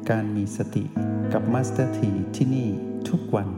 การมีสติกับมาสเตอร์ทีที่นี่ทุกวัน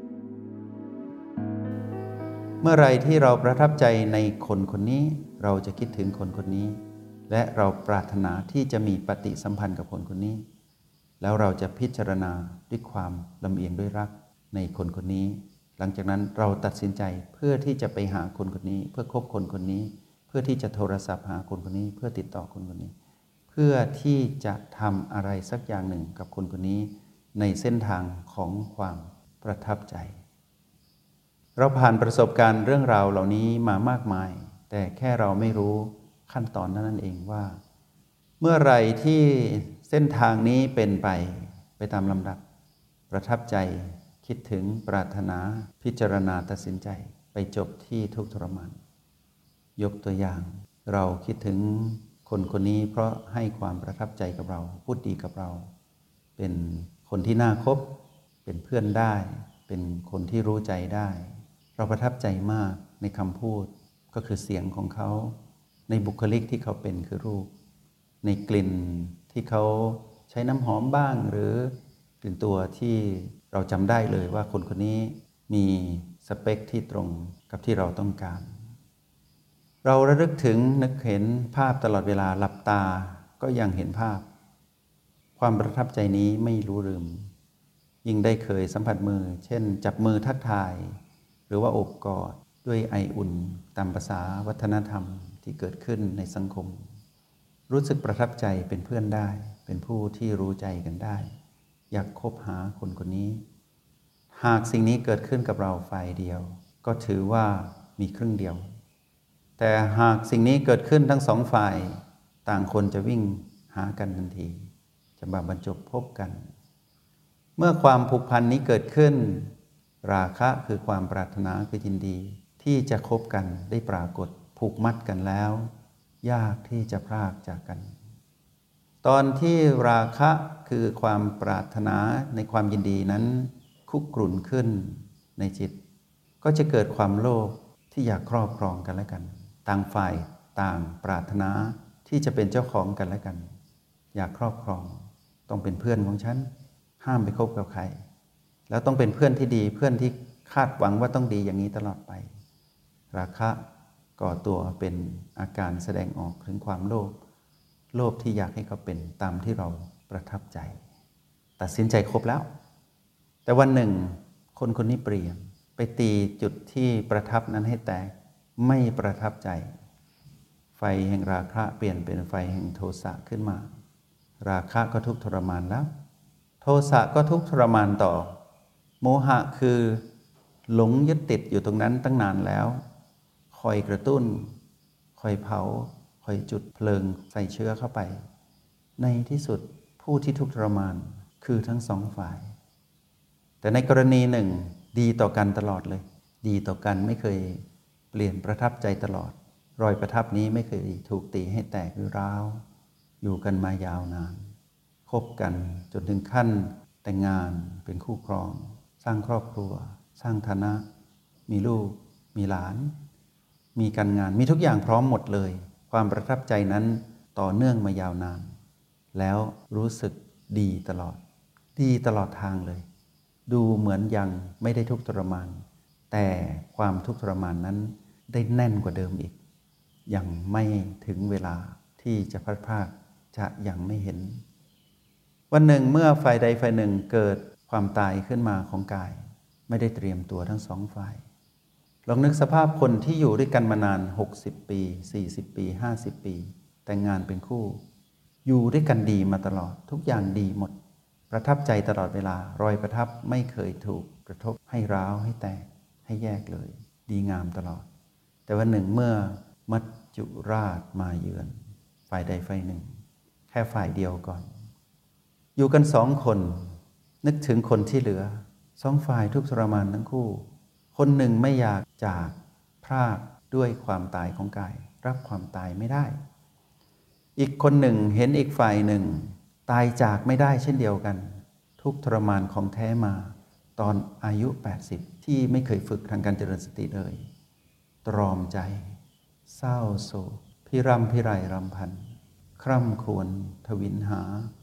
เมื่อไรที่เราประทับใจในคนคนนี้เราจะคิดถึงคนคนนี้และเราปรารถนาที่จะมีปฏิสัมพันธ์กับคนคนนี้แล้วเราจะพิจารณาด้วยความลำเอียงด้วยรักในคนคนนี้หลังจากนั้นเราตัดสินใจเพื่อที่จะไปหาคนคนนี้เพื่อคบคนคนนี้เพื่อที่จะโทรศัพท์หาคนคนนี้เพื่อติดต่อคนคนนี้เพื่อที่จะทำอะไรสักอย่างหนึ่งกับคนคนนี้ในเส้นทางของความประทับใจเราผ่านประสบการณ์เรื่องราวเหล่านี้มามากมายแต่แค่เราไม่รู้ขั้นตอนนั่นเองว่าเมื่อไรที่เส้นทางนี้เป็นไปตามลำดับประทับใจคิดถึงปรารถนาพิจารณาตัดสินใจไปจบที่ทุกข์ทรมานยกตัวอย่างเราคิดถึงคนคนนี้เพราะให้ความประทับใจกับเราพูดดีกับเราเป็นคนที่น่าคบเป็นเพื่อนได้เป็นคนที่รู้ใจได้เราประทับใจมากในคำพูดก็คือเสียงของเขาในบุคลิกที่เขาเป็นคือรูปในกลิ่นที่เขาใช้น้ำหอมบ้างหรือกลิ่นตัวที่เราจำได้เลยว่าคนคนนี้มีสเปคที่ตรงกับที่เราต้องการเราระลึกถึงนึกเห็นภาพตลอดเวลาหลับตาก็ยังเห็นภาพความประทับใจนี้ไม่รู้ลืมยิ่งได้เคยสัมผัสมือเช่นจับมือทักทายหรือว่าโอบกอดด้วยไออุ่นตามภาษาวัฒนธรรมที่เกิดขึ้นในสังคมรู้สึกประทับใจเป็นเพื่อนได้เป็นผู้ที่รู้ใจกันได้อยากคบหาคนคนนี้หากสิ่งนี้เกิดขึ้นกับเราฝ่ายเดียวก็ถือว่ามีครึ่งเดียวแต่หากสิ่งนี้เกิดขึ้นทั้งสองฝ่ายต่างคนจะวิ่งหากันทันทีจะมาบรรจบพบกันเมื่อความผูกพันนี้เกิดขึ้นราคะคือความปรารถนาคือยินดีที่จะคบกันได้ปรากฏผูกมัดกันแล้วยากที่จะพรากจากกันตอนที่ราคะคือความปรารถนาในความยินดีนั้นคุกรุ่นขึ้นในจิตก็จะเกิดความโลภที่อยากครอบครองกันและกันต่างฝ่ายต่างปรารถนาที่จะเป็นเจ้าของกันและกันอยากครอบครองต้องเป็นเพื่อนของฉันห้ามไปคบกับใครแล้วต้องเป็นเพื่อนที่ดีเพื่อนที่คาดหวังว่าต้องดีอย่างนี้ตลอดไปราคะก่อตัวเป็นอาการแสดงออกถึงความโลภที่อยากให้เขาเป็นตามที่เราประทับใจตัดสินใจคบแล้วแต่วันหนึ่งคนคนนี้เปลี่ยนไปตีจุดที่ประทับนั้นให้แตกไม่ประทับใจไฟแห่งราคะเปลี่ยนเป็นไฟแห่งโทสะขึ้นมาราคะก็ทุกข์ทรมานแล้วโทสะก็ทุกข์ทรมานต่อโมหะคือหลงยึดติดอยู่ตรงนั้นตั้งนานแล้วคอยกระตุ้นคอยเผาคอยจุดเพลิงใส่เชื้อเข้าไปในที่สุดผู้ที่ทุกข์ทรมานคือทั้งสองฝ่ายแต่ในกรณีหนึ่งดีต่อกันตลอดเลยดีต่อกันไม่เคยเปลี่ยนประทับใจตลอดรอยประทับนี้ไม่เคยถูกตีให้แตกหรือร้าวอยู่กันมายาวนานคบกันจนถึงขั้นแต่งงานเป็นคู่ครองสร้างครอบครัวสร้างฐานะมีลูกมีหลานมีการงานมีทุกอย่างพร้อมหมดเลยความประทับใจนั้นต่อเนื่องมายาวนานแล้วรู้สึกดีตลอดทางเลยดูเหมือนยังไม่ได้ทุกข์ทรมานแต่ความทุกข์ทรมานนั้นได้แน่นกว่าเดิมอีกยังไม่ถึงเวลาที่จะพลัดพรากจะยังไม่เห็นวันหนึ่งเมื่อฝ่ายใดฝ่ายหนึ่งเกิดความตายขึ้นมาของกายไม่ได้เตรียมตัวทั้งสองฝ่ายลองนึกสภาพคนที่อยู่ด้วยกันมานาน60ปี40ปี50ปีแต่งงานเป็นคู่อยู่ด้วยกันดีมาตลอดทุกอย่างดีหมดประทับใจตลอดเวลารอยประทับไม่เคยถูกกระทบให้ร้าวให้แตกให้แยกเลยดีงามตลอดแต่วันหนึ่งเมื่อมัจจุราชมาเยือนฝ่ายใดฝ่ายหนึ่งแค่ฝ่ายเดียวก่อนอยู่กันสองคนนึกถึงคนที่เหลือสองฝ่ายทุกข์ทรมานทั้งคู่คนหนึ่งไม่อยากจากพรากด้วยความตายของกายรับความตายไม่ได้อีกคนหนึ่งเห็นอีกฝ่ายหนึ่งตายจากไม่ได้เช่นเดียวกันทุกข์ทรมานของแท้มาตอนอายุ80ที่ไม่เคยฝึกทางการเจริญสติเลยตรอมใจเศร้าโศกพิไรรำพันคร่ำครวญทวินหา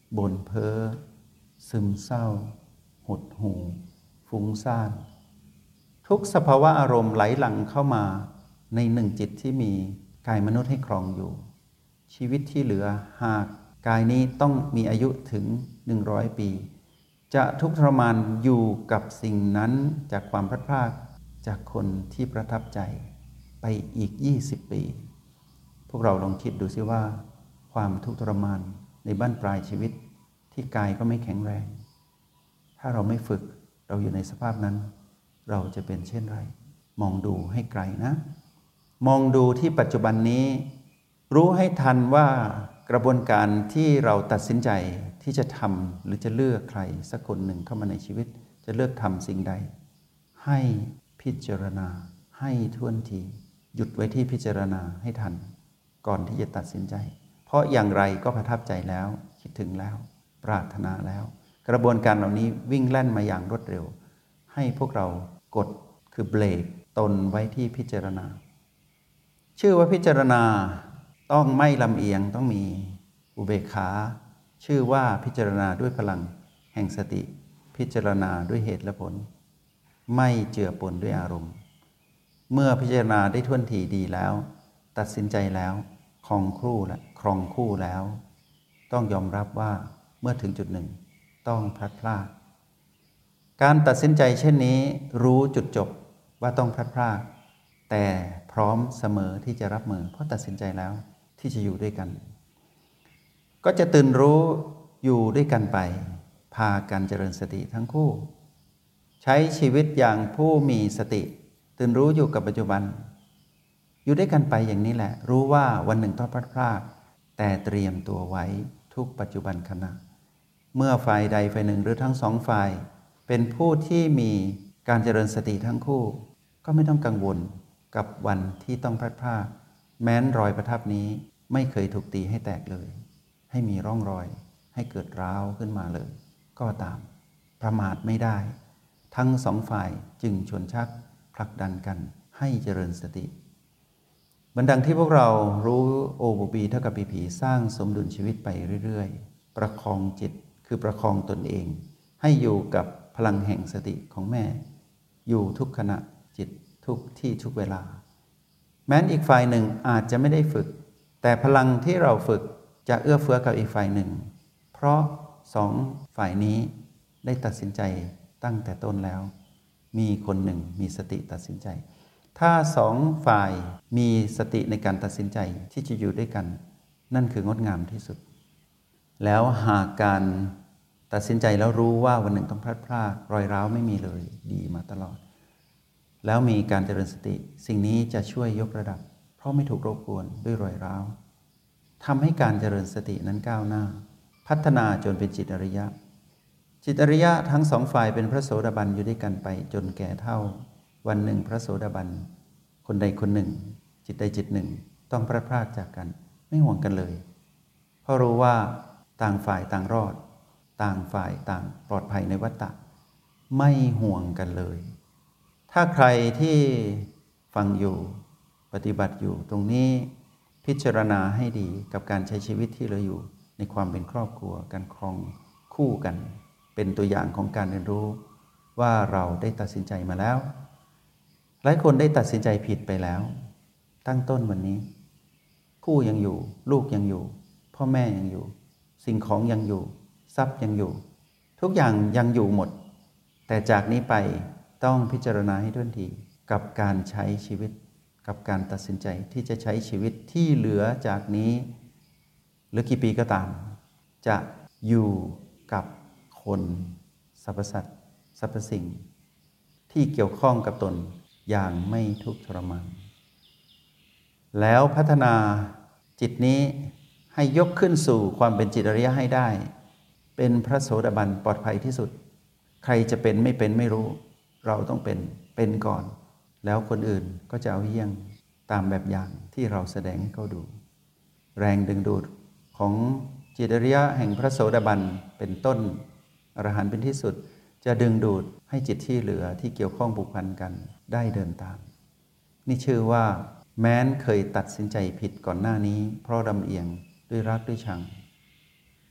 บ่นเพ้อซึมเศร้าหดหู่ฟุ้งซ่านทุกสภาวะอารมณ์ไหลหลั่งเข้ามาในหนึ่งจิตที่มีกายมนุษย์ให้ครองอยู่ชีวิตที่เหลือหากกายนี้ต้องมีอายุถึง100 ปีจะทุกข์ทรมานอยู่กับสิ่งนั้นจากความพลัดพรากจากคนที่ประทับใจไปอีก20 ปีพวกเราลองคิดดูซิว่าความทุกข์ทรมานในบั้นปลายชีวิตที่กายก็ไม่แข็งแรงถ้าเราไม่ฝึกเราอยู่ในสภาพนั้นเราจะเป็นเช่นไรมองดูให้ไกลนะมองดูที่ปัจจุบันนี้รู้ให้ทันว่ากระบวนการที่เราตัดสินใจที่จะทำหรือจะเลือกใครสักคนหนึ่งเข้ามาในชีวิตจะเลือกทำสิ่งใดให้พิจารณาให้ท่วนทีหยุดไว้ที่พิจารณาให้ทันก่อนที่จะตัดสินใจเพราะอย่างไรก็ประทับใจแล้วคิดถึงแล้วปรารถนาแล้วกระบวนการเหล่านี้วิ่งแล่นมาอย่างรวดเร็วให้พวกเรากดคือเบรกตนไว้ที่พิจารณาชื่อว่าพิจารณาต้องไม่ลำเอียงต้องมีอุเบกขาชื่อว่าพิจารณาด้วยพลังแห่งสติพิจารณาด้วยเหตุและผลไม่เจือปนด้วยอารมณ์เมื่อพิจารณาได้ท่วนทีดีแล้วตัดสินใจแล้วครองคู่แล้วต้องยอมรับว่าเมื่อถึงจุดหนึ่งต้องพลัดพรากการตัดสินใจเช่นนี้รู้จุดจบว่าต้องพลัดพรากแต่พร้อมเสมอที่จะรับมือเพราะตัดสินใจแล้วที่จะอยู่ด้วยกันก็จะตื่นรู้อยู่ด้วยกันไปพากันเจริญสติทั้งคู่ใช้ชีวิตอย่างผู้มีสติตื่นรู้อยู่กับปัจจุบันอยู่ด้วยกันไปอย่างนี้แหละรู้ว่าวันหนึ่งต้องพลัดพรากแต่เตรียมตัวไว้ทุกปัจจุบันขณะเมื่อฝ่ายใดฝ่ายหนึ่งหรือทั้งสองฝ่ายเป็นผู้ที่มีการเจริญสติทั้งคู่ก็ไม่ต้องกังวลกับวันที่ต้องพลัดพรากแม้นรอยประทับนี้ไม่เคยถูกตีให้แตกเลยให้มีร่องรอยให้เกิดร้าวขึ้นมาเลยก็ตามประมาทไม่ได้ทั้งสองฝ่ายจึงชวนชักผลักดันกันให้เจริญสติบันดังที่พวกเรารู้ O บวก B เท่ากับ PP สร้างสมดุลชีวิตไปเรื่อยๆประคองจิตคือประคองตนเองให้อยู่กับพลังแห่งสติของแม่อยู่ทุกขณะจิตทุกที่ทุกเวลาแม้นอีกฝ่ายหนึ่งอาจจะไม่ได้ฝึกแต่พลังที่เราฝึกจะเอื้อเฟื้อกับอีกฝ่ายหนึ่งเพราะสองฝ่ายนี้ได้ตัดสินใจตั้งแต่ต้นแล้วมีคนหนึ่งมีสติตัดสินใจถ้าสองฝ่ายมีสติในการตัดสินใจที่จะอยู่ด้วยกันนั่นคืองดงามที่สุดแล้วหากการตัดสินใจแล้วรู้ว่าวันหนึ่งต้องพลัดพรากรอยร้าวไม่มีเลยดีมาตลอดแล้วมีการเจริญสติสิ่งนี้จะช่วยยกระดับเพราะไม่ถูกรบกวนด้วยรอยร้าวทำให้การเจริญสตินั้นก้าวหน้าพัฒนาจนเป็นจิตอริยะจิตอริยะทั้งสองฝ่ายเป็นพระโสดาบันอยู่ด้วยกันไปจนแก่เฒ่าวันหนึ่งพระโสดาบันคนใดคนหนึ่งจิตใดจิตหนึ่งต้องพลัดพรากจากกันไม่ห่วงกันเลยเพราะรู้ว่าต่างฝ่ายต่างรอดต่างฝ่ายต่างปลอดภัยในวัฏฏะไม่ห่วงกันเลยถ้าใครที่ฟังอยู่ปฏิบัติอยู่ตรงนี้พิจารณาให้ดีกับการใช้ชีวิตที่เหลืออยู่ในความเป็นครอบครัวการครองคู่กันเป็นตัวอย่างของการเรียนรู้ว่าเราได้ตัดสินใจมาแล้วหลายคนได้ตัดสินใจผิดไปแล้วตั้งต้นวันนี้คู่ยังอยู่ลูกยังอยู่พ่อแม่ยังอยู่สิ่งของยังอยู่ทรัพย์ยังอยู่ทุกอย่างยังอยู่หมดแต่จากนี้ไปต้องพิจารณาให้ท่วนทีกับการใช้ชีวิตกับการตัดสินใจที่จะใช้ชีวิตที่เหลือจากนี้หรือกี่ปีก็ตามจะอยู่กับคนสรรพสัตว์สรรพสิ่งที่เกี่ยวข้องกับตนอย่างไม่ทุกข์ทรมานแล้วพัฒนาจิตนี้ให้ยกขึ้นสู่ความเป็นจิตอริยะให้ได้เป็นพระโสดาบันปลอดภัยที่สุดใครจะเป็นไม่เป็นไม่รู้เราต้องเป็นก่อนแล้วคนอื่นก็จะเอาเยี่ยงตามแบบอย่างที่เราแสดงให้เขาดูแรงดึงดูดของจิตอริยะแห่งพระโสดาบันเป็นต้นอรหันต์เป็นที่สุดจะดึงดูดให้จิตที่เหลือที่เกี่ยวข้องผูกพันกันได้เดินตามนี่ชื่อว่าแม้นเคยตัดสินใจผิดก่อนหน้านี้เพราะลำเอียงด้วยรักด้วยชัง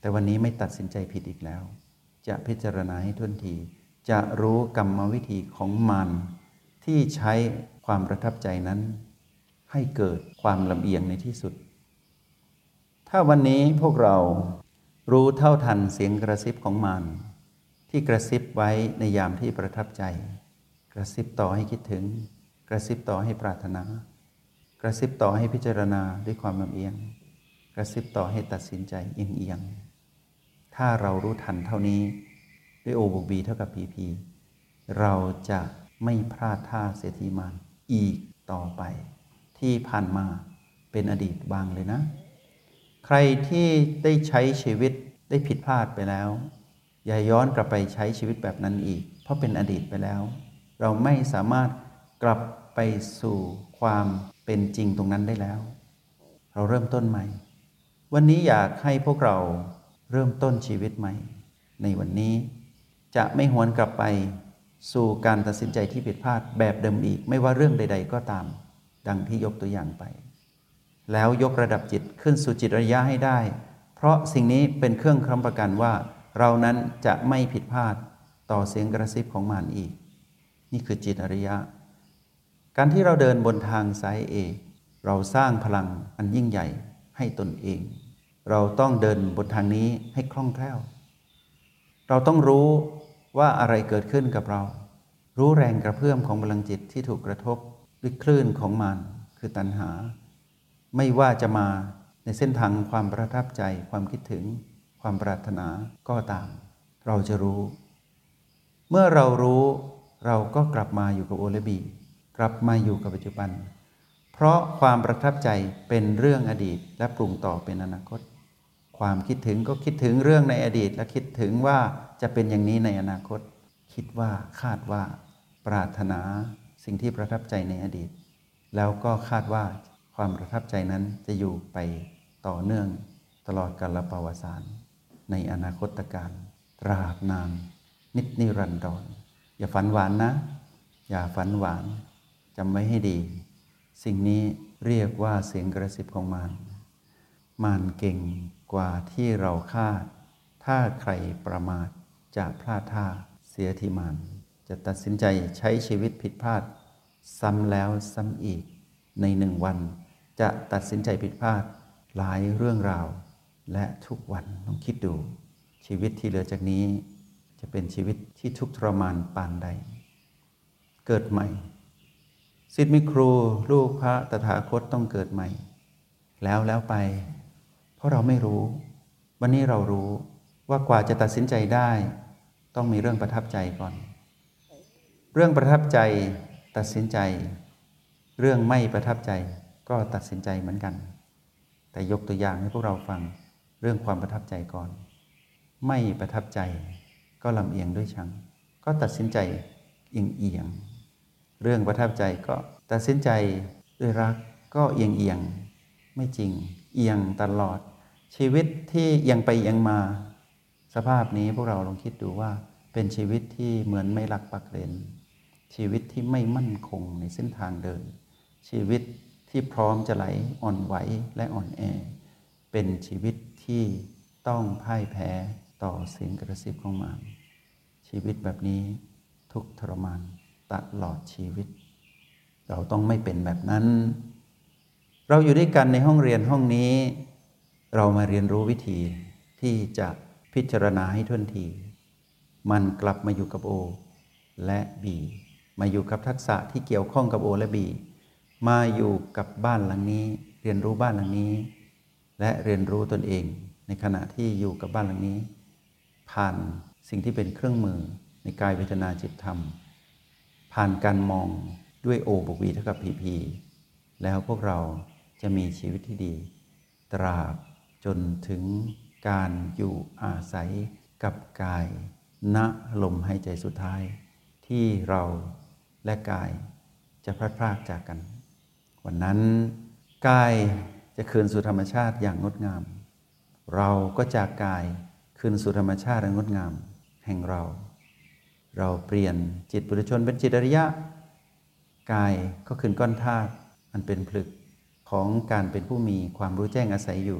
แต่วันนี้ไม่ตัดสินใจผิดอีกแล้วจะพิจารณาให้ท่วนทีจะรู้กรรมวิธีของมันที่ใช้ความประทับใจนั้นให้เกิดความลำเอียงในที่สุดถ้าวันนี้พวกเรารู้เท่าทันเสียงกระซิบของมันที่กระซิบไว้ในยามที่ประทับใจกระซิบต่อให้คิดถึงกระซิบต่อให้ปรารถนากระซิบต่อให้พิจารณาด้วยความลำเอียงกระซิบต่อให้ตัดสินใจเอียงๆถ้าเรารู้ทันเท่านี้ด้วย O บวก B เท่ากับ PP เราจะไม่พลาดท่าเสียทีมันอีกต่อไปที่ผ่านมาเป็นอดีตวางเลยนะใครที่ได้ใช้ชีวิตได้ผิดพลาดไปแล้วอย่าย้อนกลับไปใช้ชีวิตแบบนั้นอีกเพราะเป็นอดีตไปแล้วเราไม่สามารถกลับไปสู่ความเป็นจริงตรงนั้นได้แล้วเราเริ่มต้นใหม่วันนี้อยากให้พวกเราเริ่มต้นชีวิตใหม่ในวันนี้จะไม่หวนกลับไปสู่การตัดสินใจที่ผิดพลาดแบบเดิมอีกไม่ว่าเรื่องใดๆก็ตามดังที่ยกตัวอย่างไปแล้วยกระดับจิตขึ้นสู่จิตอริยะให้ได้เพราะสิ่งนี้เป็นเครื่องค้ำประกันว่าเรานั้นจะไม่ผิดพลาดต่อเสียงกระซิบของมารอีกนี่คือจิตอริยะการที่เราเดินบนทางสายเอกเราสร้างพลังอันยิ่งใหญ่ให้ตนเองเราต้องเดินบนทางนี้ให้คล่องแคล่วเราต้องรู้ว่าอะไรเกิดขึ้นกับเรารู้แรงกระเพื่อมของพลังจิตที่ถูกกระทบด้วยคลื่นของมารคือตัณหาไม่ว่าจะมาในเส้นทางความประทับใจความคิดถึงความปรารถนาก็ตามเราจะรู้เมื่อเรารู้เราก็กลับมาอยู่กับโอและบีกลับมาอยู่กับปัจจุบันเพราะความประทับใจเป็นเรื่องอดีตและปรุงต่อเป็นอนาคตความคิดถึงก็คิดถึงเรื่องในอดีตและคิดถึงว่าจะเป็นอย่างนี้ในอนาคตคิดว่าคาดว่าปรารถนาสิ่งที่ประทับใจในอดีตแล้วก็คาดว่าความประทับใจนั้นจะอยู่ไปต่อเนื่องตลอดกาลประวัติศาสตร์ในอนาคตการตราบนานนิรันดรอย่าฝันหวานนะอย่าฝันหวานจำไว้ให้ดีสิ่งนี้เรียกว่าเสียงกระซิบของมารเก่งกว่าที่เราคาดถ้าใครประมาทจะพลาดท่าเสียทีมารจะตัดสินใจใช้ชีวิตผิดพลาดซ้ำแล้วซ้ำอีกในหนึ่งวันจะตัดสินใจผิดพลาดหลายเรื่องราวและทุกวันต้องคิดดูชีวิตที่เหลือจากนี้จะเป็นชีวิตที่ทุกข์ทรมานปานใดเกิดใหม่ศิษย์มิครูลูกพระตถาคตต้องเกิดใหม่แล้วไปเพราะเราไม่รู้วันนี้เรารู้ว่ากว่าจะตัดสินใจได้ต้องมีเรื่องประทับใจก่อนเรื่องประทับใจตัดสินใจเรื่องไม่ประทับใจก็ตัดสินใจเหมือนกันแต่ยกตัวอย่างให้พวกเราฟังเรื่องความประทับใจก่อนไม่ประทับใจก็ลำเอียงด้วยชังก็ตัดสินใจเอียงเรื่องประทับใจก็ตัดสินใจด้วยรักก็เอียงไม่จริงเอียงตลอดชีวิตที่เอียงไปเอียงมาสภาพนี้พวกเราลองคิดดูว่าเป็นชีวิตที่เหมือนไม่หลักปักเลนชีวิตที่ไม่มั่นคงในเส้นทางเดินชีวิตที่พร้อมจะไหลอ่อนไหวและอ่อนแอเป็นชีวิตที่ต้องพ่ายแพ้ต่อเสียงกระซิบของมารชีวิตแบบนี้ทุกข์ทรมานตลอดชีวิตเราต้องไม่เป็นแบบนั้นเราอยู่ด้วยกันในห้องเรียนห้องนี้เรามาเรียนรู้วิธีที่จะพิจารณาให้ท่วนทีมันกลับมาอยู่กับโอและบีมาอยู่กับทักษะที่เกี่ยวข้องกับโอและบีมาอยู่กับบ้านหลังนี้เรียนรู้บ้านหลังนี้และเรียนรู้ตนเองในขณะที่อยู่กับบ้านหลังนี้ผ่านสิ่งที่เป็นเครื่องมือในกายเวทนาจิตธรรมผ่านการมองด้วย O บวก V เท่ากับ PP แล้วพวกเราจะมีชีวิตที่ดีตราบจนถึงการอยู่อาศัยกับกายณลมหายใจสุดท้ายที่เราและกายจะพลัดพรากจากกันวันนั้นกายจะคืนสู่ธรรมชาติอย่างงดงามเราก็จากกายคืนสู่ธรรมชาติอันงดงามแห่งเราเปลี่ยนจิตปุถุชนเป็นจิตอริยะกายก็คืนก้อนธาตุอันเป็นผลึกของการเป็นผู้มีความรู้แจ้งอาศัยอยู่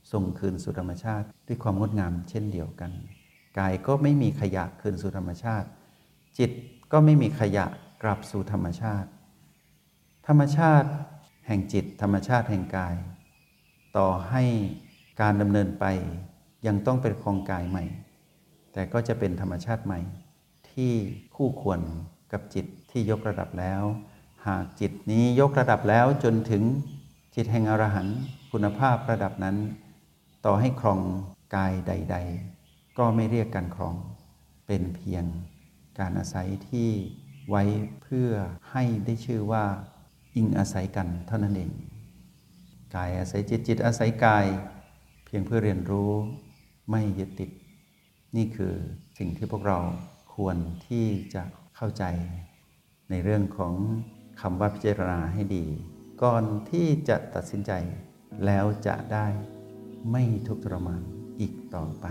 ส่งคืนสู่ธรรมชาติด้วยความงดงามเช่นเดียวกันกายก็ไม่มีขยะคืนสู่ธรรมชาติจิตก็ไม่มีขยะกลับสู่ธรรมชาติธรรมชาติแห่งจิตธรรมชาติแห่งกายต่อให้การดำเนินไปยังต้องเป็นครองกายใหม่แต่ก็จะเป็นธรรมชาติใหม่ที่คู่ควรกับจิตที่ยกระดับแล้วหากจิตนี้ยกระดับแล้วจนถึงจิตแห่งอรหันต์คุณภาพระดับนั้นต่อให้ครองกายใดๆก็ไม่เรียกการครองเป็นเพียงการอาศัยที่ไว้เพื่อให้ได้ชื่อว่าอิงอาศัยกันเท่านั้นเองกายอาศัยจิตจิตอาศัยกายเพียงเพื่อเรียนรู้ไม่ยึดติดนี่คือสิ่งที่พวกเราควรที่จะเข้าใจในเรื่องของคำว่าพิจารณาให้ดีก่อนที่จะตัดสินใจแล้วจะได้ไม่ทุกข์ทรมานอีกต่อไป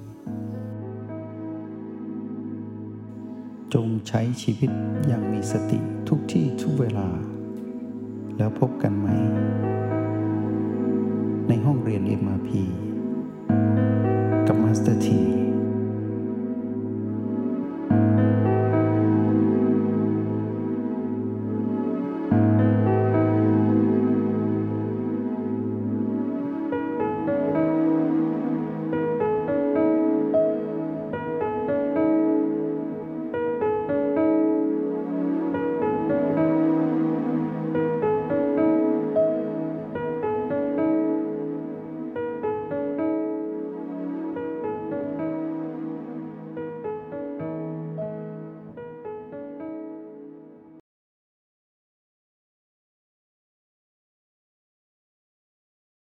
จงใช้ชีวิตอย่างมีสติทุกที่ทุกเวลาแล้วพบกันไหมในห้องเรียน MRP กับมาสเตอร์ที